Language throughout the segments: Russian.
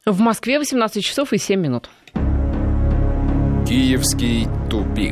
В Москве 18 часов и 7 минут. Киевский тупик.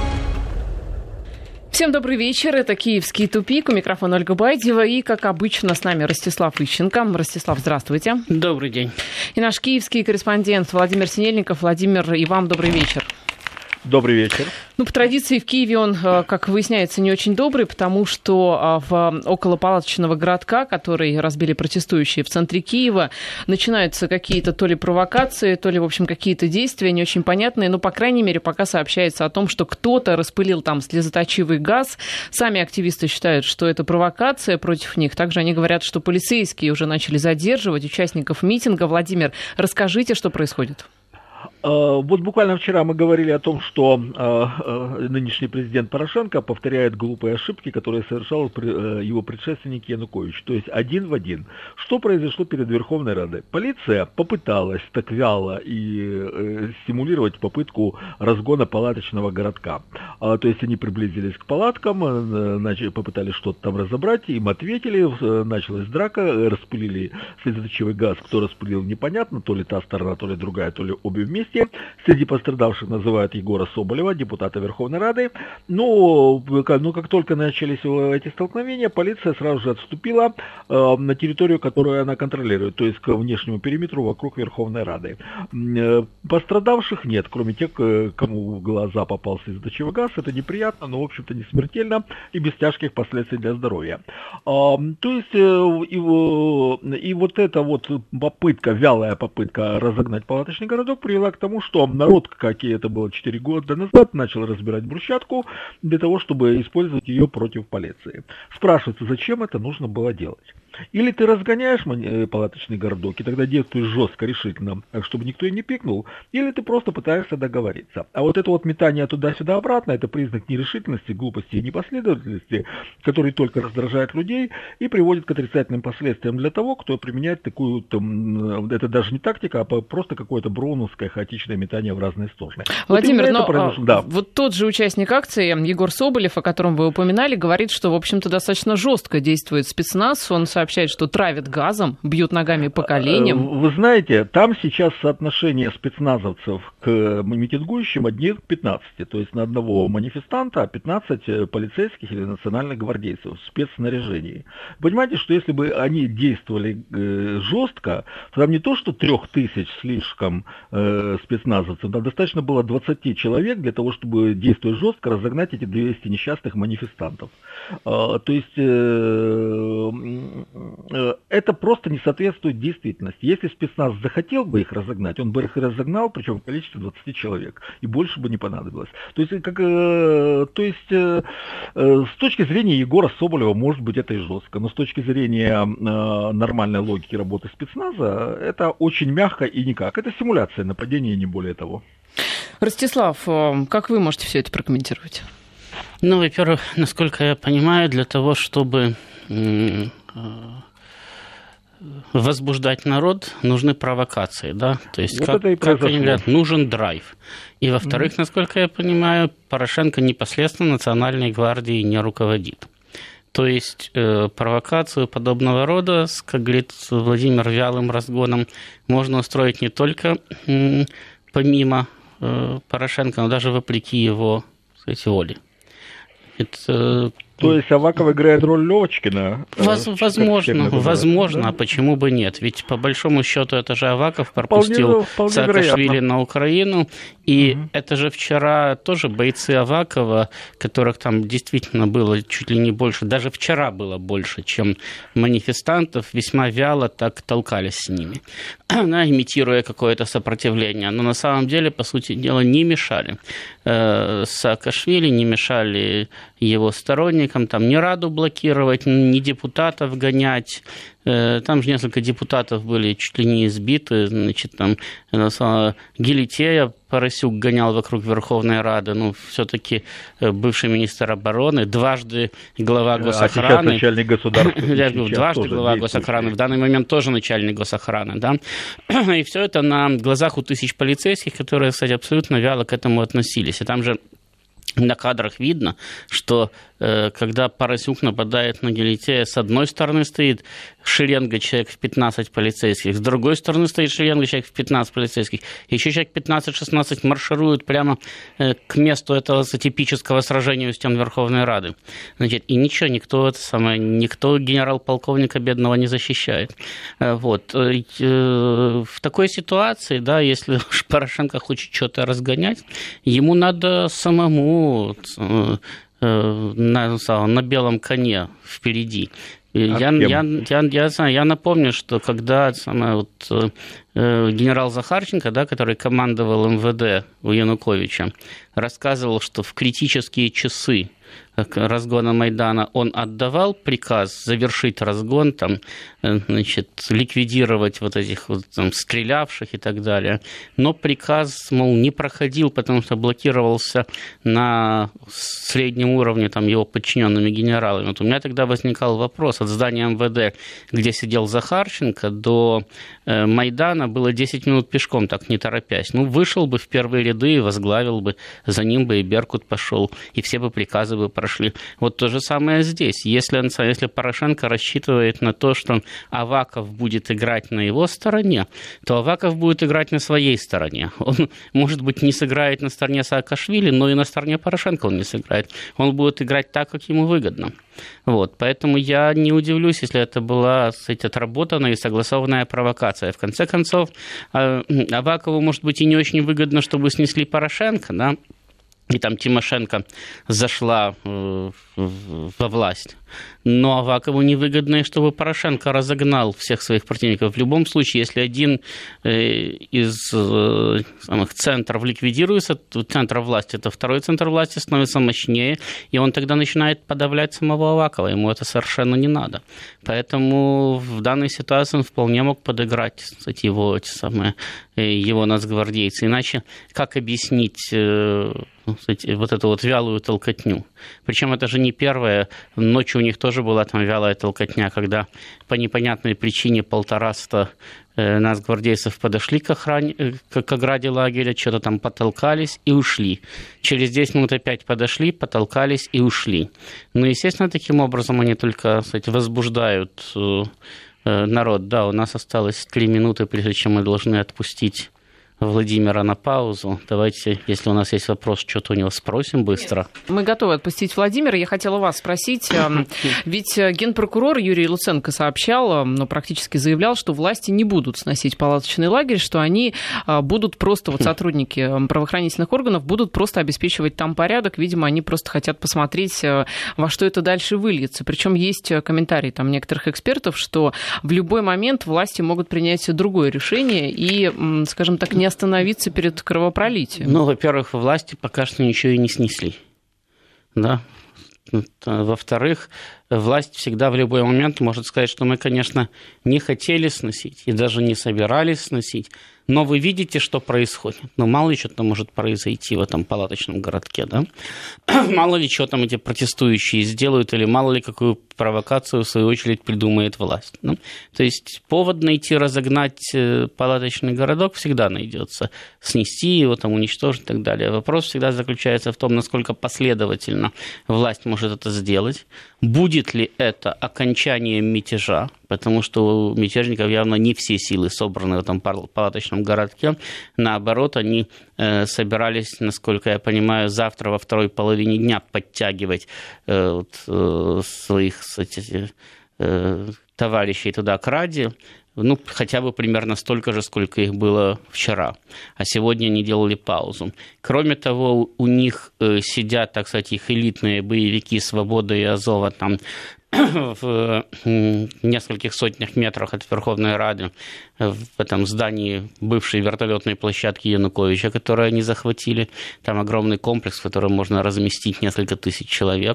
Всем добрый вечер. Это «Киевский тупик». У микрофона Ольга Байдева. И, как обычно, с нами Ростислав Ищенко. Ростислав, здравствуйте. Добрый день. И наш киевский корреспондент Владимир Синельников. Владимир, и вам добрый вечер. Добрый вечер. По традиции в Киеве он, как выясняется, не очень добрый, потому что около палаточного городка, который разбили протестующие в центре Киева, начинаются какие-то то ли провокации, то ли, в общем, какие-то действия не очень понятные. Но, по крайней мере, пока сообщается о том, что кто-то распылил там слезоточивый газ. Сами активисты считают, что это провокация против них. Также они говорят, что полицейские уже начали задерживать участников митинга. Владимир, расскажите, что происходит. Вот буквально вчера мы говорили о том, что нынешний президент Порошенко повторяет глупые ошибки, которые совершал его предшественник Янукович. То есть один в один. Что произошло перед Верховной Радой? Полиция попыталась так вяло и стимулировать попытку разгона палаточного городка. То есть они приблизились к палаткам, попытались что-то там разобрать, им ответили, началась драка, распылили слезоточивый газ. Кто распылил, непонятно, то ли та сторона, то ли другая, то ли обе вместе. Среди пострадавших называют Егора Соболева, депутата Верховной Рады. Но как только начались эти столкновения, полиция сразу же отступила на территорию, которую она контролирует, то есть к внешнему периметру вокруг Верховной Рады. Пострадавших нет, кроме тех, кому в глаза попал слезоточивый газ. Это неприятно, но, в общем-то, не смертельно и без тяжких последствий для здоровья. То есть и вот эта вот попытка, вялая попытка разогнать палаточный городок привела к тому, что народ, как и это было 4 года назад, начал разбирать брусчатку для того, чтобы использовать ее против полиции. Спрашивается, зачем это нужно было делать? Или ты разгоняешь палаточный городок и тогда действуешь жестко, решительно, чтобы никто и не пикнул, или ты просто пытаешься договориться. А вот это вот метание туда-сюда обратно, это признак нерешительности, глупости и непоследовательности, который только раздражает людей и приводит к отрицательным последствиям для того, кто применяет такую, это даже не тактика, а просто какое-то броуновское хаотичное метание в разные стороны. Владимир, но вот тот же участник акции, Егор Соболев, о котором вы упоминали, говорит, что, в общем-то, достаточно жестко действует спецназ, он сообщает, что травят газом, бьют ногами по коленям. Вы знаете, там сейчас соотношение спецназовцев к митингующим 1 к 15. То есть на одного манифестанта 15 полицейских или национальных гвардейцев в спецснаряжении. Понимаете, что если бы они действовали жестко, то там не то, что 3000 слишком спецназовцев, там достаточно было 20 человек для того, чтобы, действуя жестко, разогнать эти 200 несчастных манифестантов. То есть это просто не соответствует действительности. Если спецназ захотел бы их разогнать, он бы их разогнал, причем в количестве 20 человек, и больше бы не понадобилось. То есть с точки зрения Егора Соболева, может быть, это и жестко, но с точки зрения нормальной логики работы спецназа, это очень мягко и никак. Это симуляция нападения, не более того. Ростислав, как вы можете все это прокомментировать? Во-первых, насколько я понимаю, для того, чтобы возбуждать народ, нужны провокации, да? То есть, вот как они говорят, нужен драйв. И, во-вторых, насколько я понимаю, Порошенко непосредственно Национальной гвардией не руководит. То есть провокацию подобного рода, как говорит Владимир, вялым разгоном можно устроить не только помимо Порошенко, но даже вопреки его, кстати, воле. То есть Аваков играет роль Левочкина? Возможно, да? А почему бы нет? Ведь по большому счету это же Аваков пропустил Саакашвили на Украину, и это же вчера тоже бойцы Авакова, которых там действительно было чуть ли не больше, даже вчера было больше, чем манифестантов, весьма вяло так толкались с ними, имитируя какое-то сопротивление. Но на самом деле, по сути дела, не мешали Саакашвили, не мешали его сторонникам, там ни Раду блокировать, ни депутатов гонять. Там же несколько депутатов были чуть ли не избиты. Значит, там Гелетея Поросюк гонял вокруг Верховной Рады. Все-таки бывший министр обороны, дважды глава госохраны. А сейчас начальник государства. Дважды глава госохраны. В данный момент тоже начальник госохраны. Да? И все это на глазах у тысяч полицейских, которые, кстати, абсолютно вяло к этому относились. И там же на кадрах видно, что когда Поросюк нападает на Гелетея, с одной стороны стоит шеренга человек в 15 полицейских, с другой стороны стоит шеренга человек в 15 полицейских, еще человек 15-16 маршируют прямо к месту этого типического сражения у стен Верховной Рады. Значит, и ничего, никто генерал-полковника бедного не защищает. Вот. В такой ситуации, да, если Порошенко хочет что-то разгонять, ему надо самому на белом коне впереди. Я напомню, что когда генерал Захарченко, да, который командовал МВД у Януковича, рассказывал, что в критические часы разгона Майдана он отдавал приказ завершить разгон, ликвидировать вот этих стрелявших и так далее, но приказ, не проходил, потому что блокировался на среднем уровне его подчиненными генералами. Вот у меня тогда возникал вопрос: от здания МВД, где сидел Захарченко, до Майдана было 10 минут пешком, так не торопясь. Вышел бы в первые ряды и возглавил бы, за ним бы и Беркут пошел, и все бы приказы бы прошли. Вот то же самое здесь. Если Порошенко рассчитывает на то, что Аваков будет играть на его стороне, то Аваков будет играть на своей стороне. Он, может быть, не сыграет на стороне Саакашвили, но и на стороне Порошенко он не сыграет. Он будет играть так, как ему выгодно. Вот. Поэтому я не удивлюсь, если это была отработанная и согласованная провокация. В конце концов, Авакову, может быть, и не очень выгодно, чтобы снесли Порошенко, да? И Тимошенко зашла во власть. Но Авакову невыгодно, чтобы Порошенко разогнал всех своих противников. В любом случае, если один из самых центров ликвидируется, центр власти, то второй центр власти становится мощнее, и он тогда начинает подавлять самого Авакова. Ему это совершенно не надо. Поэтому в данной ситуации он вполне мог подыграть, кстати, его нацгвардейцы. Иначе как объяснить вот эту вялую толкотню? Причем это же не первая. Ночью у них тоже была вялая толкотня, когда по непонятной причине 150 нацгвардейцев подошли к ограде лагеря, что-то потолкались и ушли. Через 10 минут опять подошли, потолкались и ушли. Естественно, таким образом они только, возбуждают народ. Да, у нас осталось 3 минуты, прежде чем мы должны отпустить Владимира на паузу. Давайте, если у нас есть вопрос, что-то у него спросим быстро. Мы готовы отпустить Владимира. Я хотела вас спросить, ведь генпрокурор Юрий Луценко сообщал, но практически заявлял, что власти не будут сносить палаточный лагерь, что они будут просто, сотрудники правоохранительных органов будут просто обеспечивать там порядок. Видимо, они просто хотят посмотреть, во что это дальше выльется. Причем есть комментарии некоторых экспертов, что в любой момент власти могут принять другое решение и, скажем так, не остановиться перед кровопролитием. Во-первых, власти пока что ничего и не снесли. Да? Во-вторых, власть всегда в любой момент может сказать, что мы, конечно, не хотели сносить и даже не собирались сносить, но вы видите, что происходит. Мало ли что там может произойти в этом палаточном городке, да? Мало ли что там эти протестующие сделают, или мало ли какую провокацию, в свою очередь, придумает власть. Да? То есть повод найти, разогнать палаточный городок всегда найдется. Снести его, уничтожить и так далее. Вопрос всегда заключается в том, насколько последовательно власть может это сделать. Будет ли это окончанием мятежа? Потому что у мятежников явно не все силы собраны в этом палаточном городке. Наоборот, они собирались, насколько я понимаю, завтра во второй половине дня подтягивать своих товарищей туда к Раде. Хотя бы примерно столько же, сколько их было вчера. А сегодня они делали паузу. Кроме того, у них сидят, так сказать, их элитные боевики «Свобода» и «Азова» в нескольких сотнях метрах от Верховной Рады, в этом здании бывшей вертолетной площадки Януковича, которую они захватили. Там огромный комплекс, в котором можно разместить несколько тысяч человек.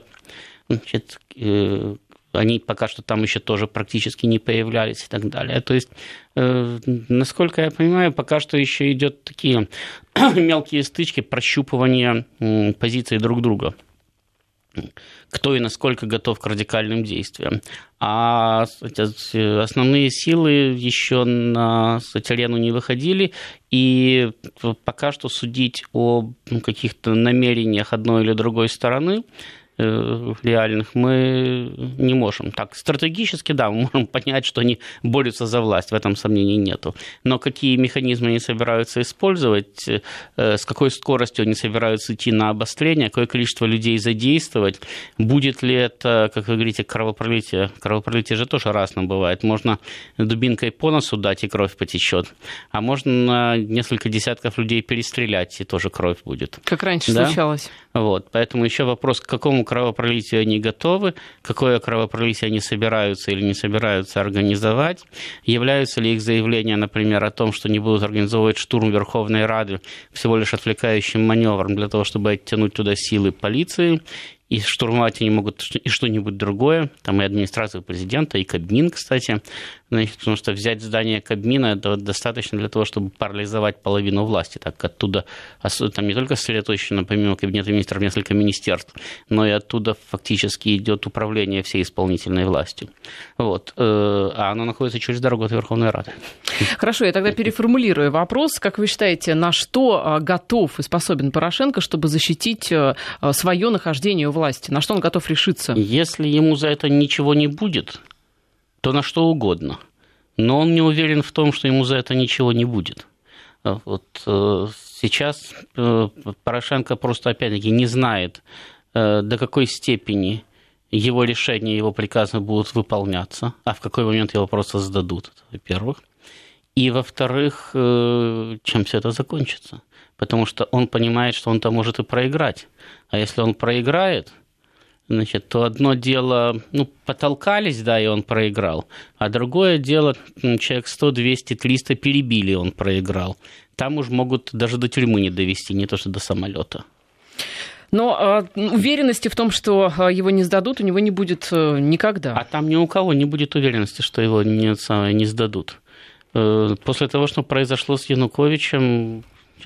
Они пока что там еще тоже практически не появлялись и так далее. То есть, насколько я понимаю, пока что еще идет такие мелкие стычки, прощупывание позиций друг друга. Кто и насколько готов к радикальным действиям. А основные силы еще на арену не выходили, и пока что судить о каких-то намерениях одной или другой стороны реальных мы не можем. Так, стратегически, да, мы можем понять, что они борются за власть, в этом сомнений нету. Но какие механизмы они собираются использовать, с какой скоростью они собираются идти на обострение, какое количество людей задействовать, будет ли это, как вы говорите, кровопролитие. Кровопролитие же тоже разно бывает. Можно дубинкой по носу дать, и кровь потечет, а можно несколько десятков людей перестрелять, и тоже кровь будет. Как раньше случалось. Вот, поэтому еще вопрос, к какому кровопролитию они готовы, какое кровопролитие они собираются или не собираются организовать, являются ли их заявления, например, о том, что не будут организовывать штурм Верховной Рады всего лишь отвлекающим маневром для того, чтобы оттянуть туда силы полиции, и штурмовать они могут и что-нибудь другое, там и администрацию президента, и Кабмин, кстати, значит, потому что взять здание Кабмина это достаточно для того, чтобы парализовать половину власти, так оттуда, там не только сосредоточено помимо Кабинета министров несколько министерств, но и оттуда фактически идет управление всей исполнительной властью. Вот. А оно находится через дорогу от Верховной Рады. Хорошо, я тогда переформулирую вопрос. Как вы считаете, на что готов и способен Порошенко, чтобы защитить свое нахождение у власти? На что он готов решиться? Если ему за это ничего не будет, то на что угодно. Но он не уверен в том, что ему за это ничего не будет. Вот сейчас Порошенко просто, опять-таки, не знает, до какой степени его решения, его приказы будут выполняться, а в какой момент его просто сдадут, во-первых. И, во-вторых, чем все это закончится. Потому что он понимает, что он-то может и проиграть. А если он проиграет, значит, то одно дело, потолкались, да, и он проиграл, а другое дело, человек 100, 200, 300 перебили, и он проиграл. Там уж могут даже до тюрьмы не довести, не то что до самолета. Но уверенности в том, что его не сдадут, у него не будет никогда. А там ни у кого не будет уверенности, что его не сдадут. После того, что произошло с Януковичем,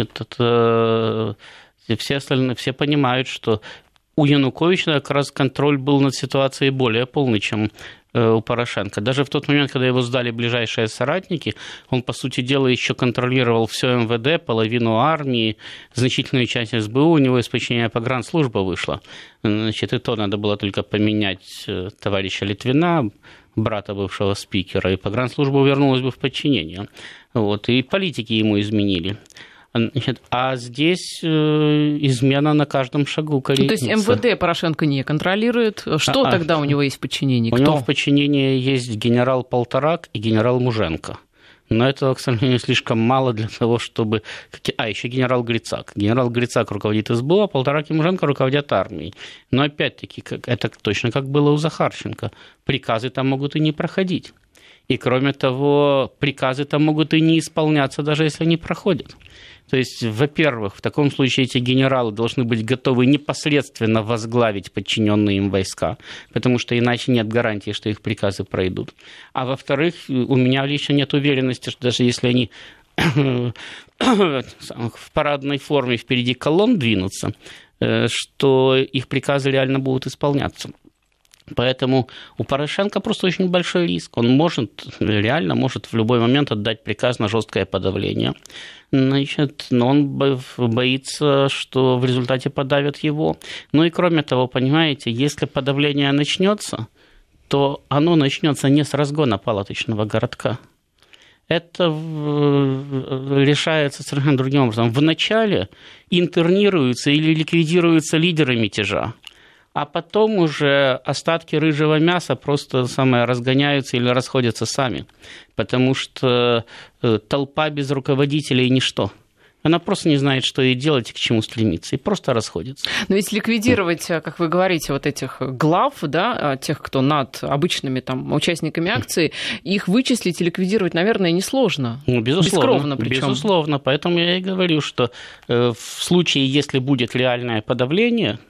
все понимают, что у Януковича как раз контроль был над ситуацией более полный, чем у Порошенко. Даже в тот момент, когда его сдали ближайшие соратники, он, по сути дела, еще контролировал все МВД, половину армии, значительную часть СБУ, у него из подчинения погранслужба вышла. Значит, и то надо было только поменять товарища Литвина, брата бывшего спикера, и погранслужба вернулась бы в подчинение. Вот, и политики ему изменили. Значит, а здесь измена на каждом шагу коренится. То есть МВД Порошенко не контролирует. Что тогда у него есть в подчинении? У него в подчинении есть генерал Полторак и генерал Муженко. Но этого, к сожалению, слишком мало для того, чтобы... еще генерал Грицак. Генерал Грицак руководит СБУ, а Полторак и Муженко руководят армией. Но опять-таки, это точно как было у Захарченко. Приказы там могут и не проходить. И кроме того, приказы там могут и не исполняться, даже если они проходят. То есть, во-первых, в таком случае эти генералы должны быть готовы непосредственно возглавить подчиненные им войска, потому что иначе нет гарантии, что их приказы пройдут. А во-вторых, у меня лично нет уверенности, что даже если они в парадной форме впереди колонн двинутся, что их приказы реально будут исполняться. Поэтому у Порошенко просто очень большой риск. Он реально может в любой момент отдать приказ на жесткое подавление. Значит, но он боится, что в результате подавят его. Ну и кроме того, понимаете, если подавление начнется, то оно начнется не с разгона палаточного городка. Это решается совершенно другим образом. Вначале интернируются или ликвидируются лидеры мятежа, а потом уже остатки рыжего мяса просто разгоняются или расходятся сами, потому что толпа без руководителей – ничто. Она просто не знает, что ей делать и к чему стремиться, и просто расходится. Но ведь ликвидировать, как вы говорите, вот этих глав, да, тех, кто над обычными участниками акции, их вычислить и ликвидировать, наверное, несложно. Безусловно, бескровно причем. Безусловно, поэтому я и говорю, что в случае, если будет реальное подавление,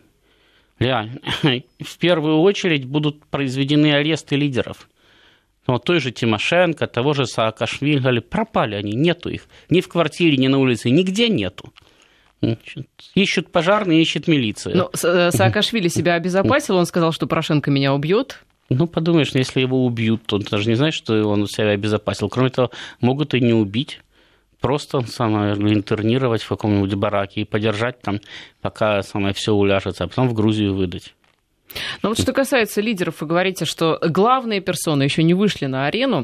в первую очередь будут произведены аресты лидеров. Вот той же Тимошенко, того же Саакашвили, пропали они, нету их. Ни в квартире, ни на улице, нигде нету. Ищут пожарные, ищет милиция. Но Саакашвили себя обезопасил, он сказал, что Порошенко меня убьет. Подумаешь, если его убьют, то он даже не знает, что он себя обезопасил. Кроме того, могут и не убить. Просто интернировать в каком-нибудь бараке и подержать там, пока все уляжется, а потом в Грузию выдать. Но вот что касается лидеров, вы говорите, что главные персоны еще не вышли на арену.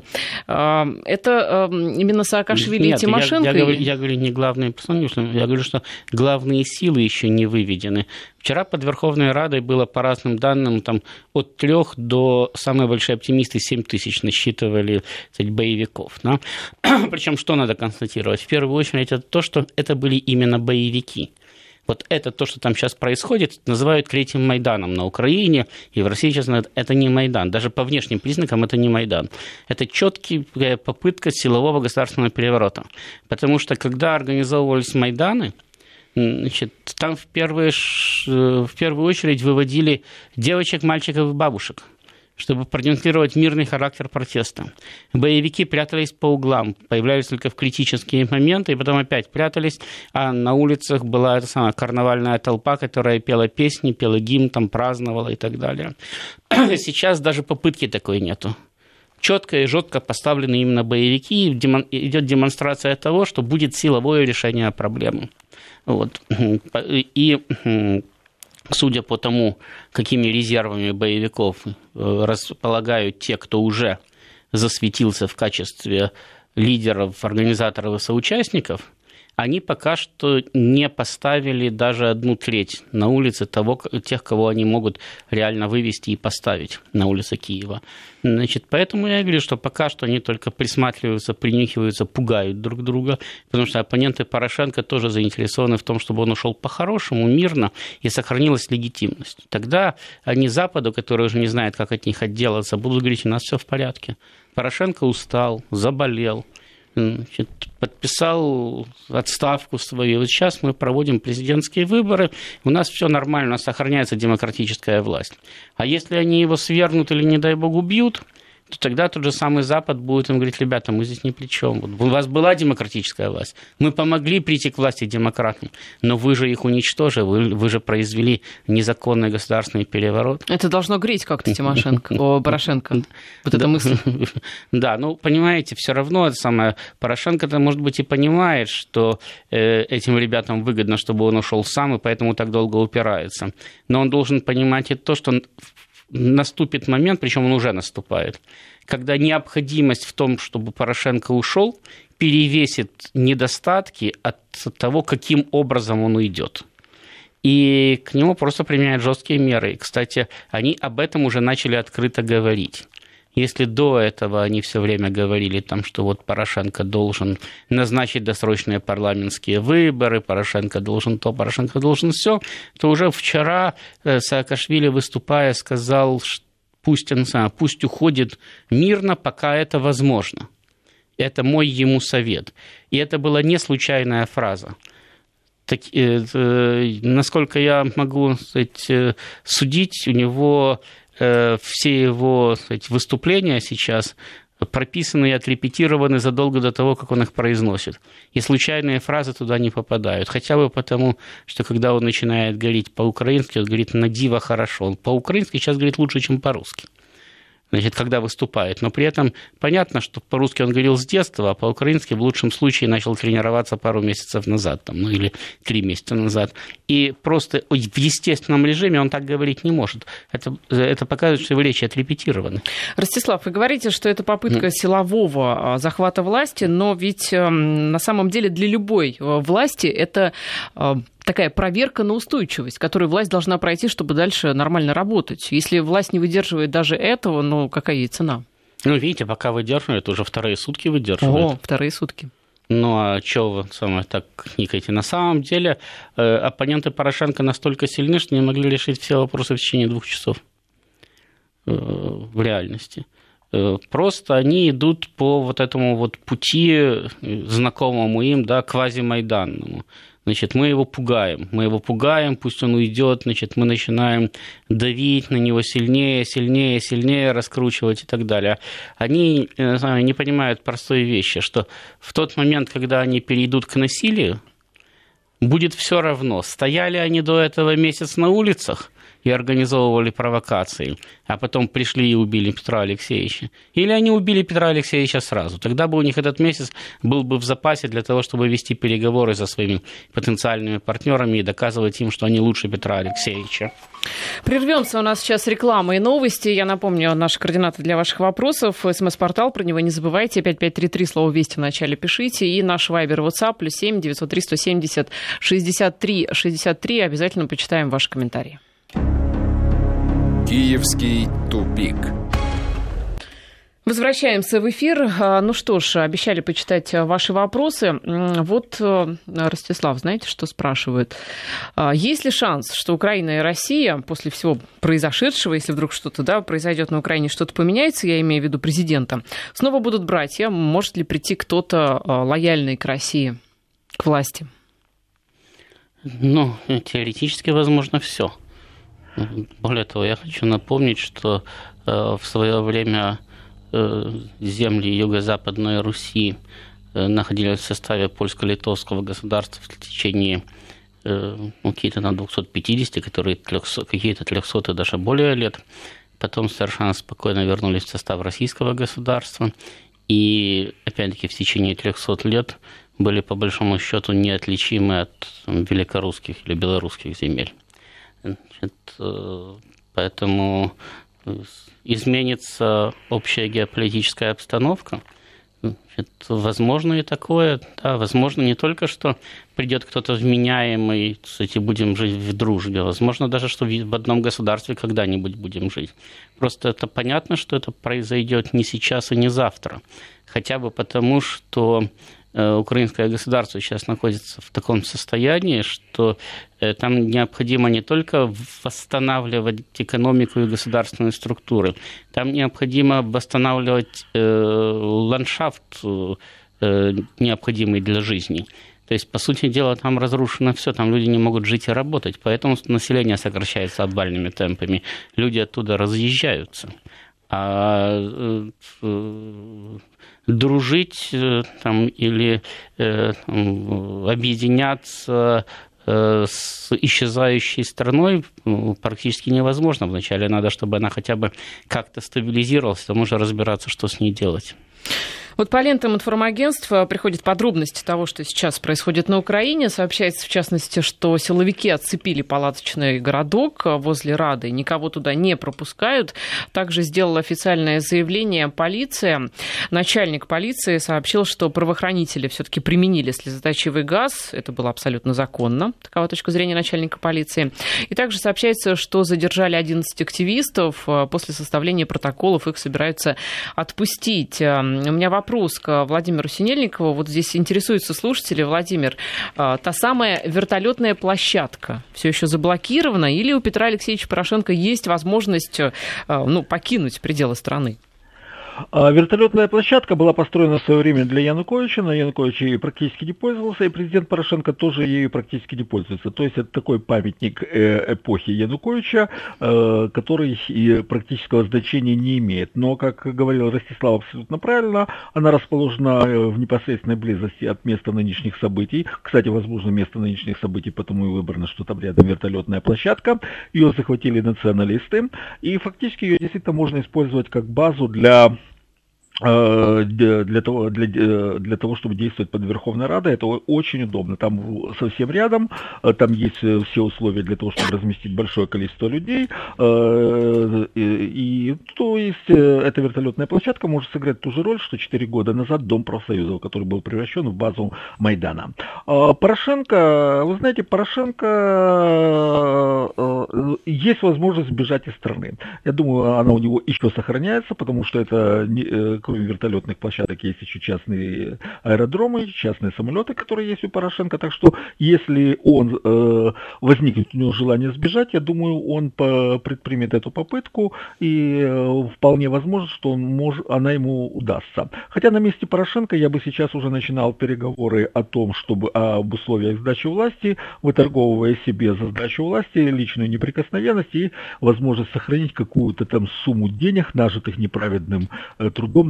Это именно Саакашвили и Тимошенко? Я говорю, не главные персоны не вышли, я говорю, что главные силы еще не выведены. Вчера под Верховной Радой было, по разным данным, там, от 3 до, самые большие оптимисты, 7 тысяч насчитывали, кстати, боевиков. Да? Причем что надо констатировать? В первую очередь, это то, что это были именно боевики. Вот это то, что там сейчас происходит, называют Третьим Майданом на Украине, и в России сейчас это не Майдан. Даже по внешним признакам это не Майдан. Это четкая попытка силового государственного переворота. Потому что, когда организовывались Майданы, значит, там в первую очередь выводили девочек, мальчиков и бабушек, чтобы продемонстрировать мирный характер протеста. Боевики прятались по углам, появлялись только в критические моменты, и потом опять прятались, а на улицах была эта самая карнавальная толпа, которая пела песни, пела гимн, там праздновала и так далее. Сейчас даже попытки такой нету. Четко и жестко поставлены именно боевики, идет демонстрация того, что будет силовое решение проблемы. Вот. И судя по тому, какими резервами боевиков располагают те, кто уже засветился в качестве лидеров, организаторов и соучастников, они пока что не поставили даже 1/3 на улице тех, кого они могут реально вывести и поставить на улице Киева. Значит, поэтому я говорю, что пока что они только присматриваются, принюхиваются, пугают друг друга, потому что оппоненты Порошенко тоже заинтересованы в том, чтобы он ушел по-хорошему, мирно, и сохранилась легитимность. Тогда они Западу, который уже не знает, как от них отделаться, будут говорить: у нас все в порядке. Порошенко устал, заболел, значит, подписал отставку свою. Вот сейчас мы проводим президентские выборы, у нас все нормально, у нас сохраняется демократическая власть. А если они его свергнут или, не дай бог, убьют, то тогда тот же самый Запад будет им говорить: ребята, мы здесь ни при чем. Вот у вас была демократическая власть, мы помогли прийти к власти демократам, но вы же их уничтожили, вы же произвели незаконный государственный переворот. Это должно греть как-то Порошенко. Вот эта мысль. Да, ну, понимаете, все равно это самое. Порошенко-то, может быть, и понимает, что этим ребятам выгодно, чтобы он ушел сам, и поэтому так долго упирается. Но он должен понимать и то, что наступит момент, причем он уже наступает, когда необходимость в том, чтобы Порошенко ушел, перевесит недостатки от того, каким образом он уйдет. И к нему просто применяют жесткие меры. И, кстати, они об этом уже начали открыто говорить. Если до этого они все время говорили, там, что вот Порошенко должен назначить досрочные парламентские выборы, Порошенко должен то, Порошенко должен все, то уже вчера Саакашвили, выступая, сказал, что пусть уходит мирно, пока это возможно. Это мой ему совет. И это была не случайная фраза. Насколько я могу судить, у него все его выступления сейчас прописаны и отрепетированы задолго до того, как он их произносит. И случайные фразы туда не попадают. Хотя бы потому, что когда он начинает говорить по-украински, он говорит «на диво хорошо». Он по-украински сейчас говорит лучше, чем по-русски. Значит, когда выступает. Но при этом понятно, что по-русски он говорил с детства, а по-украински в лучшем случае начал тренироваться пару месяцев назад, там, или 3 месяца назад. И просто в естественном режиме он так говорить не может. Это показывает, что его речи отрепетированы. Ростислав, вы говорите, что это попытка силового захвата власти, но ведь на самом деле для любой власти это такая проверка на устойчивость, которую власть должна пройти, чтобы дальше нормально работать. Если власть не выдерживает даже этого, ну, какая ей цена? Ну, видите, пока выдерживает, уже 2 сутки выдерживает. 2 сутки. Ну, а чего вы так никаете? На самом деле, оппоненты Порошенко настолько сильны, что не могли решить все вопросы в течение 2 часов в реальности. Просто они идут по вот этому вот пути, знакомому им, да, квазимайданному. Значит, мы его пугаем, пусть он уйдет, значит, мы начинаем давить на него сильнее, раскручивать и так далее. Они не понимают простой вещи, что в тот момент, когда они перейдут к насилию, будет все равно, стояли они до этого месяц на улицах и организовывали провокации, а потом пришли и убили Петра Алексеевича? Или они убили Петра Алексеевича сразу? Тогда бы у них этот месяц был бы в запасе для того, чтобы вести переговоры со своими потенциальными партнерами и доказывать им, что они лучше Петра Алексеевича. Прервемся, у нас сейчас реклама и новости. Я напомню, наши координаты для ваших вопросов. СМС-портал, про него не забывайте. 5533, слово «Вести» в начале пишите. И наш Вайбер, WhatsApp, +7 903 170 63 63. Обязательно почитаем ваши комментарии. Киевский тупик. Возвращаемся в эфир. Ну что ж, обещали почитать ваши вопросы. Вот, Ростислав, знаете, что спрашивают? Есть ли шанс, что Украина и Россия после всего произошедшего, если вдруг что-то произойдет на Украине, что-то поменяется, я имею в виду президента, снова будут братья? Может ли прийти кто-то лояльный к России, к власти? Ну, теоретически возможно все. Более того, я хочу напомнить, что в свое время земли Юго-Западной Руси находились в составе польско-литовского государства в течение какие-то на 250, какие-то 300 и даже более лет. Потом совершенно спокойно вернулись в состав российского государства. И, опять-таки, в течение 300 лет были, по большому счету, неотличимы от великорусских или белорусских земель. Поэтому изменится общая геополитическая обстановка. Возможно и такое, да, возможно не только, что придет кто-то вменяемый, кстати, будем жить в дружбе, возможно даже, что в одном государстве когда-нибудь будем жить. Просто это понятно, что это произойдет не сейчас и не завтра. Хотя бы потому, что украинское государство сейчас находится в таком состоянии, что там необходимо не только восстанавливать экономику и государственные структуры, там необходимо восстанавливать ландшафт, необходимый для жизни. То есть, по сути дела, там разрушено все, там люди не могут жить и работать, поэтому население сокращается обвальными темпами, люди оттуда разъезжаются. А дружить там, или объединяться с исчезающей страной практически невозможно. Вначале надо, чтобы она хотя бы как-то стабилизировалась, там уже разбираться, что с ней делать. Вот по лентам информагентств приходят подробности того, что сейчас происходит на Украине. Сообщается, в частности, что силовики отцепили палаточный городок возле Рады, никого туда не пропускают. Также сделала официальное заявление полиция. Начальник полиции сообщил, что правоохранители все-таки применили слезоточивый газ. Это было абсолютно законно, такова точка зрения начальника полиции. И также сообщается, что задержали 11 активистов. После составления протоколов их собираются отпустить. У меня вопрос к Владимиру Синельникову. Вот здесь интересуются слушатели. Владимир, та самая вертолетная площадка все еще заблокирована или у Петра Алексеевича Порошенко есть возможность покинуть пределы страны? Вертолетная площадка была построена в свое время для Януковича, но Янукович ею практически не пользовался, и президент Порошенко тоже ею практически не пользуется. То есть это такой памятник эпохи Януковича, который практического значения не имеет. Но, как говорил Ростислав абсолютно правильно, она расположена в непосредственной близости от места нынешних событий. Кстати, возможно, место нынешних событий потому и выбрано, что там рядом вертолетная площадка. Ее захватили националисты, и фактически ее действительно можно использовать как базу для того, чтобы действовать под Верховной Радой. Это очень удобно. Там совсем рядом, там есть все условия для того, чтобы разместить большое количество людей. И то есть эта вертолетная площадка может сыграть ту же роль, что 4 года назад Дом профсоюзов, который был превращен в базу Майдана. Порошенко, вы знаете, есть возможность сбежать из страны. Я думаю, она у него еще сохраняется, потому что это кроме вертолетных площадок есть еще частные аэродромы, частные самолеты, которые есть у Порошенко. Так что, если возникнет у него желание сбежать, я думаю, он предпримет эту попытку, и вполне возможно, что она ему удастся. Хотя на месте Порошенко я бы сейчас уже начинал переговоры о том, чтобы об условиях сдачи власти, выторговывая себе за сдачу власти личную неприкосновенность и возможность сохранить какую-то там сумму денег, нажитых неправедным трудом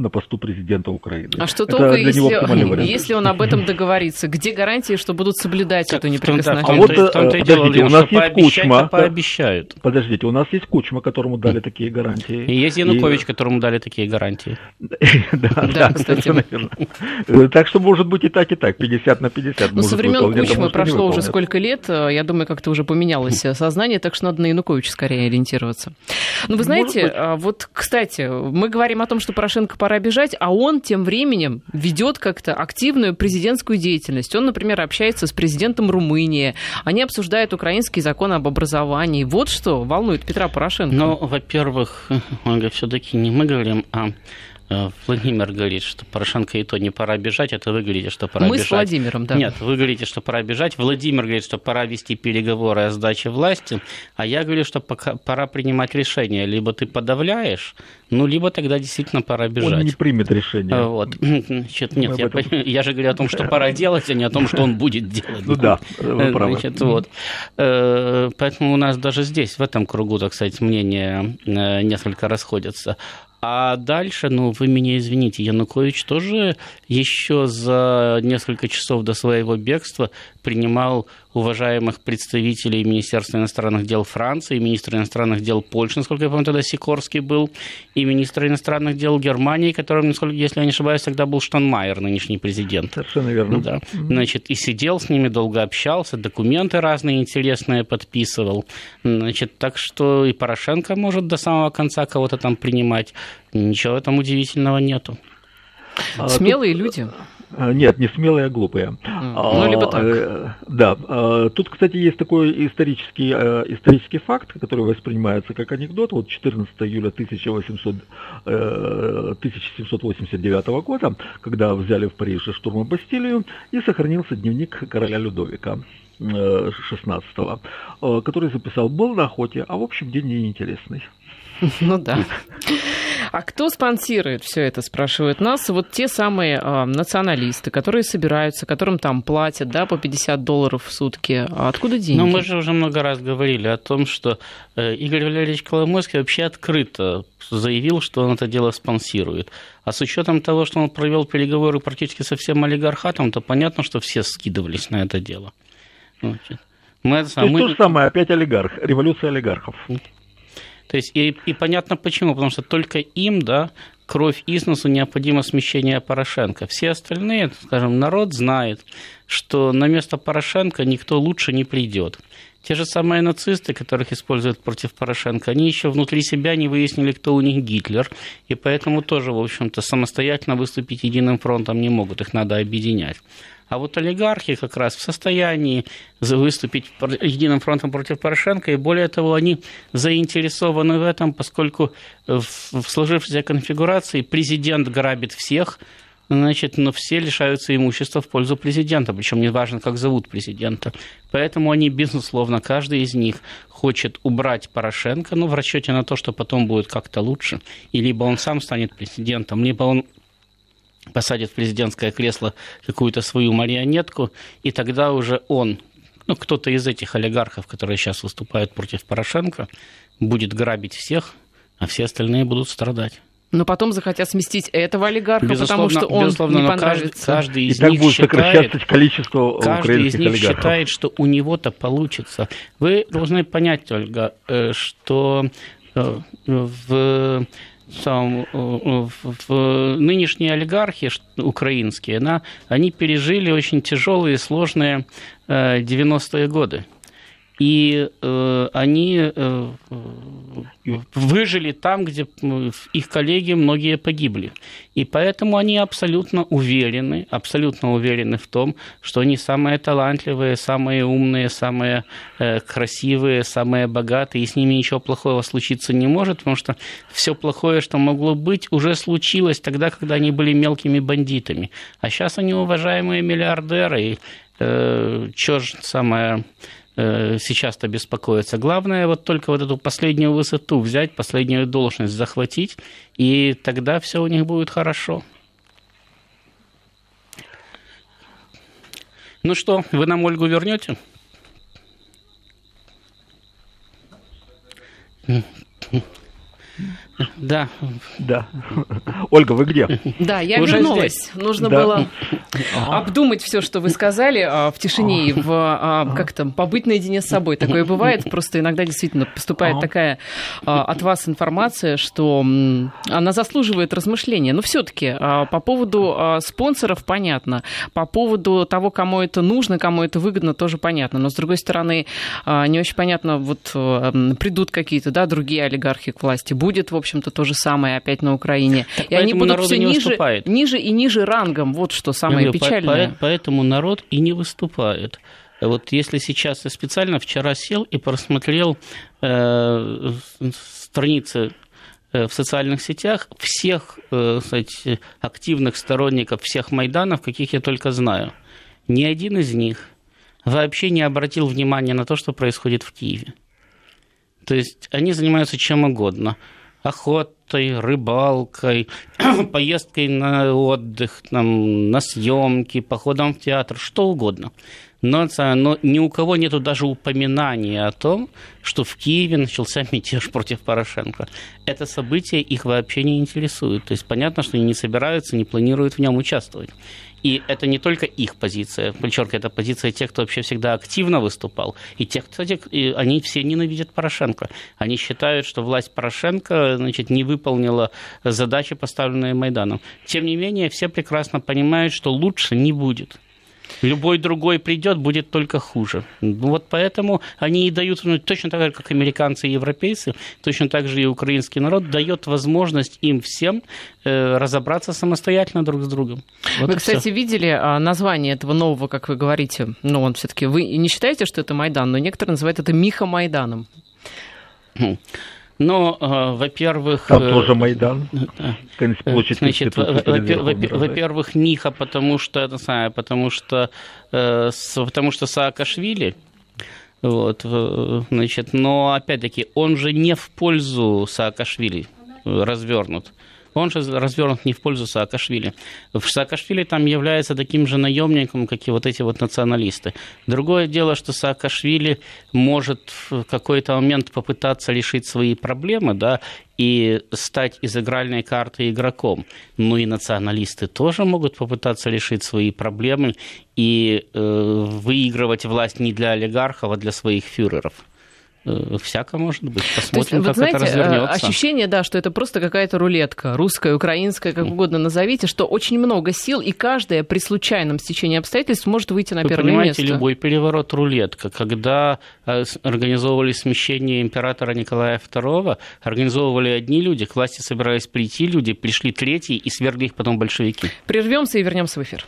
на посту президента Украины. А что толку, если он об этом договорится? Где гарантии, что будут соблюдать эту неприкосновенность? Подождите, у нас есть Кучма. Пообещают. Подождите, у нас есть Кучма, которому дали такие гарантии. И есть Янукович, которому дали такие гарантии. Да, кстати. Так что может быть и так, 50 на 50. Ну, со времен Кучмы прошло уже сколько лет, я думаю, как-то уже поменялось сознание, так что надо на Януковича скорее ориентироваться. Ну, вы знаете, вот, кстати, мы говорим о том, что Порошенко пора бежать, а он тем временем ведет как-то активную президентскую деятельность. Он, например, общается с президентом Румынии, они обсуждают украинский закон об образовании. Вот что волнует Петра Порошенко. Ну, во-первых, Ольга, все-таки не мы говорим, а Владимир говорит, что Порошенко и то не пора бежать, это вы говорите, что пора бежать. Мы с Владимиром, да. Нет, вы говорите, что пора бежать. Владимир говорит, что пора вести переговоры о сдаче власти, а я говорю, что пора принимать решение. Либо ты подавляешь, либо тогда действительно пора бежать. Он не примет решение. Вот. Значит, нет, я же говорю о том, что пора делать, а не о том, что он будет делать. Ну да, вы правы. Значит, вот. Поэтому у нас даже здесь, в этом кругу, так сказать, мнения несколько расходятся. А дальше, вы меня извините, Янукович тоже еще за несколько часов до своего бегства принимал уважаемых представителей Министерства иностранных дел Франции, министра иностранных дел Польши, насколько я помню, тогда Сикорский был, и министра иностранных дел Германии, которым, если я не ошибаюсь, тогда был Штайнмайер, нынешний президент. Совершенно верно. Да. Значит, и сидел с ними, долго общался, документы разные интересные подписывал. Значит, так что и Порошенко может до самого конца кого-то там принимать. Ничего там удивительного нету. Смелые люди. Нет, не смелые, а глупые. Либо так. Да. Тут, кстати, есть такой исторический факт, который воспринимается как анекдот. Вот 14 июля 1789 года, когда взяли в Париже штурмом Бастилию, и сохранился дневник короля Людовика XVI, который записал: был на охоте, а в общем день неинтересный. Ну да. А кто спонсирует все это, спрашивают нас? Вот те самые националисты, которые собираются, которым там платят, да, по $50 в сутки. А откуда деньги? Мы же уже много раз говорили о том, что Игорь Валерьевич Коломойский вообще открыто заявил, что он это дело спонсирует. А с учетом того, что он провел переговоры практически со всем олигархатом, то понятно, что все скидывались на это дело. То есть то же самое, опять олигарх, революция олигархов. То есть, и понятно почему, потому что только им, да, кровь из носу необходимо смещение Порошенко. Все остальные, скажем, народ знает, что на место Порошенко никто лучше не придет. Те же самые нацисты, которых используют против Порошенко, они еще внутри себя не выяснили, кто у них Гитлер, и поэтому тоже, в общем-то, самостоятельно выступить единым фронтом не могут, их надо объединять. А вот олигархи как раз в состоянии выступить единым фронтом против Порошенко, и более того, они заинтересованы в этом, поскольку в сложившейся конфигурации президент грабит всех, значит, но все лишаются имущества в пользу президента, причем не важно, как зовут президента. Поэтому они, безусловно, каждый из них хочет убрать Порошенко, в расчете на то, что потом будет как-то лучше, и либо он сам станет президентом, либо он посадит в президентское кресло какую-то свою марионетку, и тогда уже он, кто-то из этих олигархов, которые сейчас выступают против Порошенко, будет грабить всех, а все остальные будут страдать. Но потом захотят сместить этого олигарха, потому что он не понравится. Каждый из них считает, что у него-то получится. Вы должны понять, Ольга, что нынешние олигархи украинские, они пережили очень тяжелые, сложные 90-е годы. И они выжили там, где их коллеги многие погибли. И поэтому они абсолютно уверены в том, что они самые талантливые, самые умные, самые красивые, самые богатые, и с ними ничего плохого случиться не может, потому что все плохое, что могло быть, уже случилось тогда, когда они были мелкими бандитами. А сейчас они уважаемые миллиардеры, и чё ж самое... сейчас-то беспокоиться. Главное только эту последнюю высоту взять, последнюю должность захватить, и тогда все у них будет хорошо. Ну что, вы нам Ольгу вернете? Да. Да. Ольга, вы где? Да, я вернулась. Нужно было обдумать все, что вы сказали в тишине и побыть наедине с собой. Такое бывает. Просто иногда действительно поступает такая от вас информация, что она заслуживает размышления. Но все-таки по поводу спонсоров понятно. По поводу того, кому это нужно, кому это выгодно, тоже понятно. Но, с другой стороны, не очень понятно, вот придут какие-то, да, другие олигархи к власти. Будет, в общем-то, то же самое опять на Украине. Так и они будут все ниже и ниже рангом. Вот что самое печальное. Поэтому народ и не выступает. Вот если сейчас я специально вчера сел и просмотрел страницы в социальных сетях всех, кстати, активных сторонников всех Майданов, каких я только знаю, ни один из них вообще не обратил внимания на то, что происходит в Киеве. То есть они занимаются чем угодно. Охотой, рыбалкой, поездкой на отдых, там, на съемки, походом в театр, что угодно. Но ни у кого нету даже упоминания о том, что в Киеве начался мятеж против Порошенко. Это событие их вообще не интересует. То есть понятно, что они не собираются, не планируют в нем участвовать. И это не только их позиция, подчеркиваю, это позиция тех, кто вообще всегда активно выступал. И тех, кстати, они все ненавидят Порошенко. Они считают, что власть Порошенко, значит, не выполнила задачи, поставленные Майданом. Тем не менее, все прекрасно понимают, что лучше не будет. Любой другой придет, будет только хуже. Вот поэтому они и дают, точно так же, как американцы и европейцы, точно так же и украинский народ дает возможность им всем разобраться самостоятельно друг с другом. Вот вы, кстати, видели название этого нового, как вы говорите, он все-таки, вы не считаете, что это Майдан, но некоторые называют это Миха-Майданом. Но, во-первых... Там тоже Майдан. Значит, во-первых, Миха, потому что Саакашвили, вот, значит, но, опять-таки, он же не в пользу Саакашвили развернут. Он же развернут не в пользу Саакашвили. Саакашвили там является таким же наемником, как и вот эти вот националисты. Другое дело, что Саакашвили может в какой-то момент попытаться решить свои проблемы, да, и стать из игральной карты игроком. Ну и националисты тоже могут попытаться решить свои проблемы и выигрывать власть не для олигархов, а для своих фюреров. Всяко может быть. Посмотрим, есть, как знаете, это развернется. Ощущение, да, что это просто какая-то рулетка, русская, украинская, как угодно назовите, что очень много сил, и каждая при случайном стечении обстоятельств может выйти на первое место. Вы понимаете, любой переворот рулетка. Когда организовывали смещение императора Николая II, организовывали одни люди, к власти собирались прийти люди, пришли третьи и свергли их потом большевики. Прервемся и вернемся в эфир.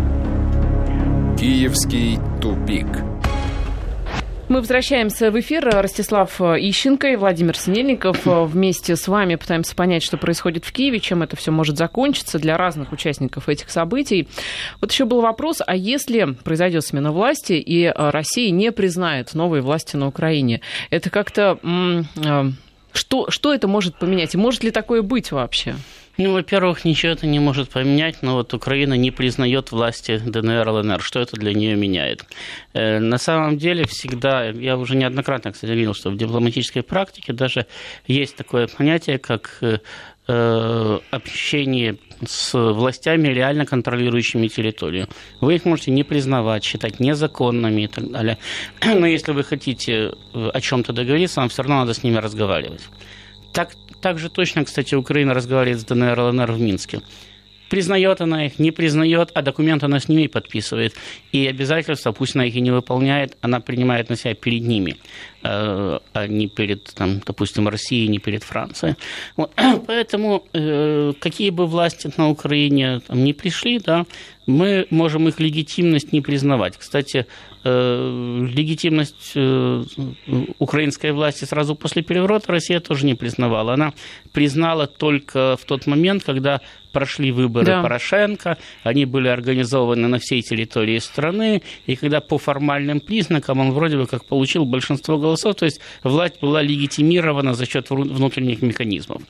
Киевский тупик. Мы возвращаемся в эфир. Ростислав Ищенко и Владимир Синельников вместе с вами пытаемся понять, что происходит в Киеве, чем это все может закончиться для разных участников этих событий. Вот еще был вопрос, а если произойдет смена власти и Россия не признает новые власти на Украине, это как-то... Что это может поменять? И может ли такое быть вообще? Ну, во-первых, ничего это не может поменять, но вот Украина не признает власти ДНР, ЛНР. Что это для нее меняет? На самом деле всегда, я уже неоднократно, кстати, видел, что в дипломатической практике даже есть такое понятие, как общение с властями, реально контролирующими территорию. Вы их можете не признавать, считать незаконными и так далее. Но если вы хотите о чем-то договориться, вам все равно надо с ними разговаривать. Так же точно, кстати, Украина разговаривает с ДНР, ЛНР в Минске. Признает она их, не признает, а документ она с ними подписывает. И обязательства, пусть она их и не выполняет, она принимает на себя перед ними, а не перед, там, допустим, Россией, не перед Францией. Вот. Поэтому какие бы власти на Украине там не пришли, да, мы можем их легитимность не признавать. Кстати, легитимность украинской власти сразу после переворота Россия тоже не признавала. Она признала только в тот момент, когда прошли выборы Порошенко, они были организованы на всей территории страны, и когда по формальным признакам он вроде бы как получил большинство голосов, то есть власть была легитимирована за счет внутренних механизмов.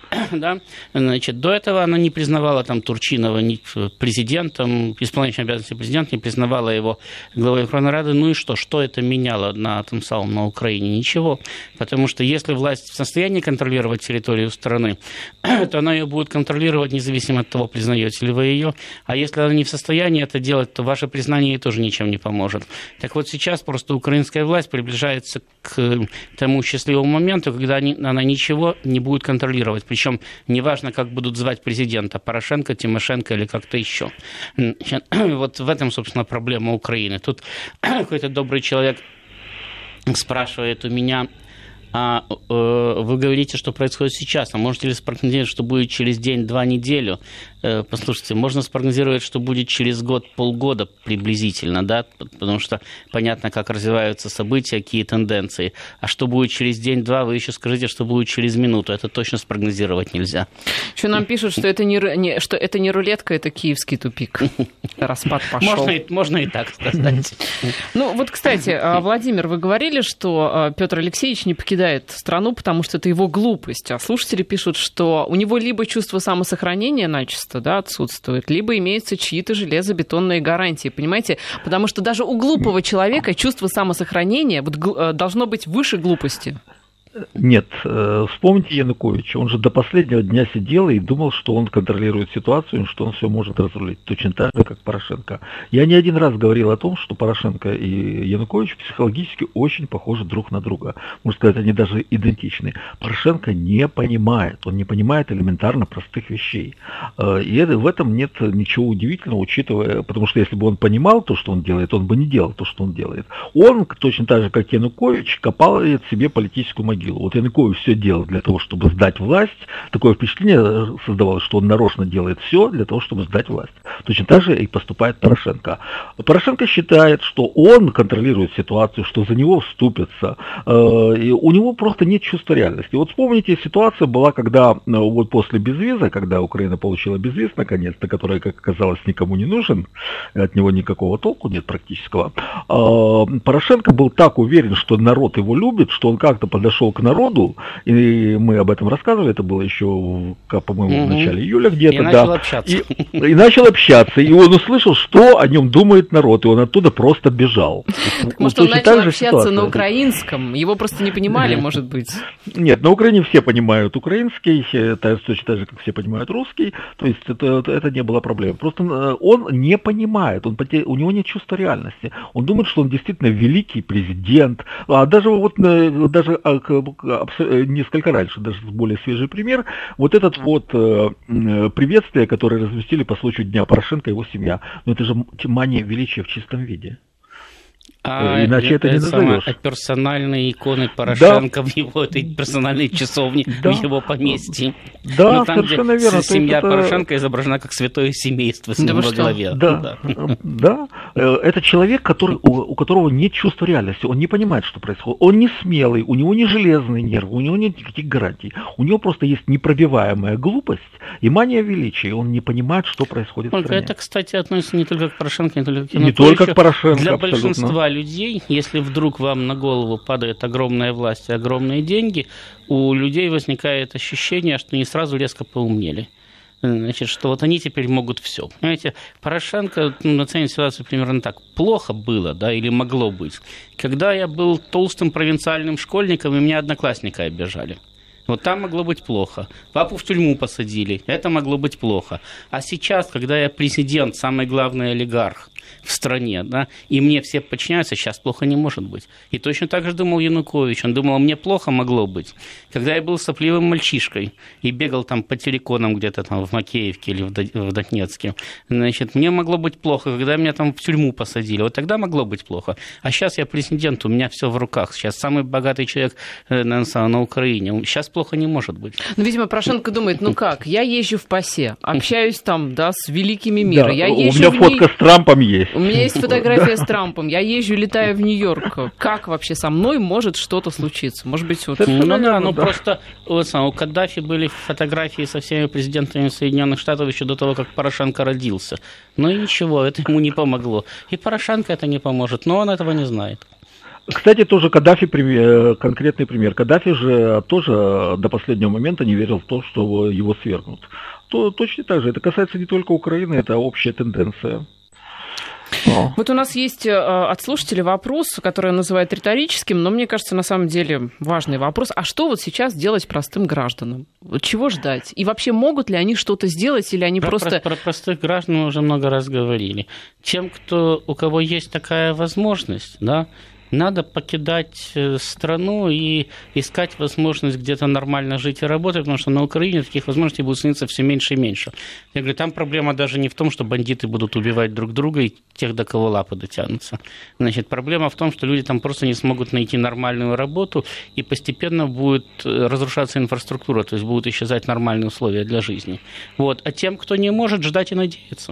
Да? Значит, до этого она не признавала там Турчинова ни президентом, исполняющим обязанности президента, не признавала его главой Верховной Рады. Ну и что? Что это меняло на том самом, на Украине? Ничего. Потому что если власть в состоянии контролировать территорию страны, то она ее будет контролировать независимо от того, признаете ли вы ее. А если она не в состоянии это делать, то ваше признание ей тоже ничем не поможет. Так вот сейчас просто украинская власть приближается к тому счастливому моменту, когда она ничего не будет контролировать. Причем неважно, как будут звать президента, Порошенко, Тимошенко или как-то еще. Вот в этом, собственно, проблема Украины. Тут какой-то добрый человек спрашивает у меня: вы говорите, что происходит сейчас, а можете ли спрогнозировать, что будет через день, 2 недели? Послушайте, можно спрогнозировать, что будет через год, полгода приблизительно, да, потому что понятно, как развиваются события, какие тенденции. А что будет через день-два, вы еще скажите, что будет через минуту. Это точно спрогнозировать нельзя. Еще нам пишут, что это не рулетка, это киевский тупик. Распад пошел. Можно и так сказать. Ну, вот, кстати, Владимир, вы говорили, что Петр Алексеевич не покидает страну, потому что это его глупость. А слушатели пишут, что у него либо чувство самосохранения начисто, да, отсутствует, либо имеются чьи-то железобетонные гарантии, понимаете? Потому что даже у глупого человека чувство самосохранения должно быть выше глупости. Нет, вспомните Януковича, он же до последнего дня сидел и думал, что он контролирует ситуацию, что он все может разрулить, точно так же, как Порошенко. Я не один раз говорил о том, что Порошенко и Янукович психологически очень похожи друг на друга. Можно сказать, они даже идентичны. Порошенко не понимает, он не понимает элементарно простых вещей. И в этом нет ничего удивительного, учитывая, потому что если бы он понимал то, что он делает, он бы не делал то, что он делает. Он, точно так же, как Янукович, копает себе политическую могилу. Вот Янукович все делал для того, чтобы сдать власть. Такое впечатление создавалось, что он нарочно делает все для того, чтобы сдать власть. Точно так же и поступает Порошенко. Порошенко считает, что он контролирует ситуацию, что за него вступятся. И у него просто нет чувства реальности. Вот вспомните, ситуация была, когда вот после безвиза, когда Украина получила безвиз, наконец-то, который, как оказалось, никому не нужен, от него никакого толку нет практического. Порошенко был так уверен, что народ его любит, что он как-то подошел к народу, и мы об этом рассказывали, это было еще, по-моему, в начале июля где-то. И начал общаться. И начал общаться, и он услышал, что о нем думает народ, и он оттуда просто бежал. Может, он начал общаться на украинском, его просто не понимали, может быть? Нет, на Украине все понимают украинский, точно так же, как все понимают русский, то есть это не было проблем. Просто он не понимает, у него нет чувства реальности. Он думает, что он действительно великий президент, а даже несколько раньше, даже более свежий пример, вот этот вот приветствие, которое разместили по случаю Дня Порошенко и его семья. Но это же мания величия в чистом виде. Иначе это не назовешь. Персональные иконы Порошенко, да, в его этой персональной часовне, да, в его поместье. Да, там, совершенно где верно. Семья Порошенко изображена как святое семейство с ним во главе. Да. Это человек, у которого нет чувства реальности, он не понимает, что происходит. Он не смелый, у него не железные нервы, у него нет никаких гарантий. У него просто есть непробиваемая глупость и мания величия, он не понимает, что происходит в стране. Это, кстати, относится не только к Порошенко, не только к Порошенко. Для большинства людей, если вдруг вам на голову падает огромная власть и огромные деньги, у людей возникает ощущение, что они сразу резко поумнели. Значит, что вот они теперь могут все. Понимаете, Порошенко оценит ситуацию примерно так. Плохо было, да, или могло быть. Когда я был толстым провинциальным школьником, и меня одноклассника обижали. Вот там могло быть плохо. Папу в тюрьму посадили. Это могло быть плохо. А сейчас, когда я президент, самый главный олигарх в стране, да, и мне все подчиняются, сейчас плохо не может быть. И точно так же думал Янукович. Он думал, мне плохо могло быть. Когда я был сопливым мальчишкой и бегал там по телеконам где-то там в Макеевке или в Донецке, значит, мне могло быть плохо. Когда меня там в тюрьму посадили, вот тогда могло быть плохо. А сейчас я президент, у меня все в руках. Сейчас самый богатый человек на Украине. Сейчас плохо не может быть. Ну, видимо, Порошенко думает, ну как, я езжу в ПАСЕ, общаюсь там, да, с великими мира. Да, я у меня фотка с Трампом есть. У меня есть фотография с Трампом. Я езжу, летаю в Нью-Йорк. Как вообще со мной может что-то случиться? Может быть, вот... Просто у Каддафи были фотографии со всеми президентами Соединенных Штатов еще до того, как Порошенко родился. Но и ничего, это ему не помогло. И Порошенко это не поможет, но он этого не знает. Кстати, тоже Каддафи конкретный пример. Каддафи же тоже до последнего момента не верил в то, что его свергнут. То точно так же. Это касается не только Украины, это общая тенденция. Вот у нас есть от слушателей вопрос, который он называет риторическим, но мне кажется, на самом деле важный вопрос. А что вот сейчас делать простым гражданам? Чего ждать? И вообще могут ли они что-то сделать, или они просто... Про простых граждан мы уже много раз говорили. Тем, у кого есть такая возможность, да, надо покидать страну и искать возможность где-то нормально жить и работать, потому что на Украине таких возможностей будет становиться все меньше и меньше. Я говорю, там проблема даже не в том, что бандиты будут убивать друг друга и тех, до кого лапы дотянутся. Значит, проблема в том, что люди там просто не смогут найти нормальную работу, и постепенно будет разрушаться инфраструктура, то есть будут исчезать нормальные условия для жизни. Вот. А тем, кто не может, ждать и надеяться.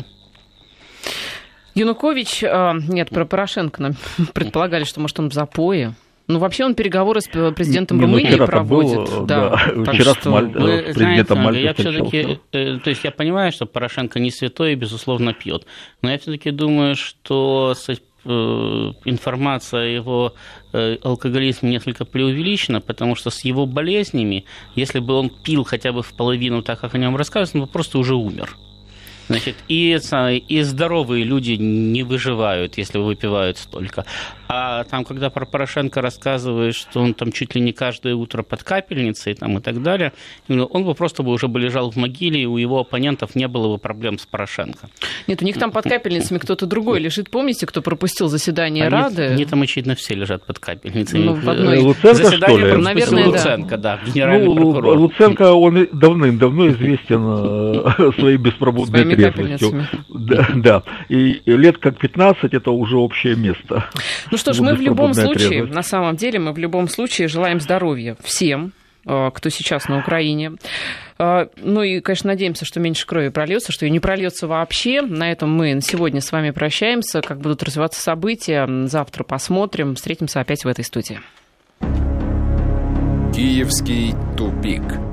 Янукович, нет, про Порошенко нам предполагали, что, может, он в запое. Ну, вообще он переговоры с президентом Румынии проводит. Вчера с президентом Мальты я все-таки, то есть я понимаю, что Порошенко не святой и, безусловно, пьет. Но я все-таки думаю, что информация о его алкоголизме несколько преувеличена, потому что с его болезнями, если бы он пил хотя бы в половину так, как о нем рассказывают, он бы просто уже умер. Значит, и здоровые люди не выживают, если выпивают столько. А там, когда про Порошенко рассказывают, что он там чуть ли не каждое утро под капельницей там, и так далее, он бы просто уже лежал в могиле, и у его оппонентов не было бы проблем с Порошенко. Нет, у них там под капельницами кто-то другой лежит. Помните, кто пропустил заседание Рады? Они там, очевидно, все лежат под капельницами. Ну, в одной... Луценко, что ли? Наверное, Луценко, да, генеральный прокурор. Луценко, он давным-давно известен своей беспробудной трезвостью. Да. И лет как 15 это уже общее место. Ну что ж, мы в любом случае, на самом деле, мы в любом случае желаем здоровья всем, кто сейчас на Украине. Ну и, конечно, надеемся, что меньше крови прольется, что и не прольется вообще. На этом мы сегодня с вами прощаемся. Как будут развиваться события, завтра посмотрим. Встретимся опять в этой студии. Киевский тупик.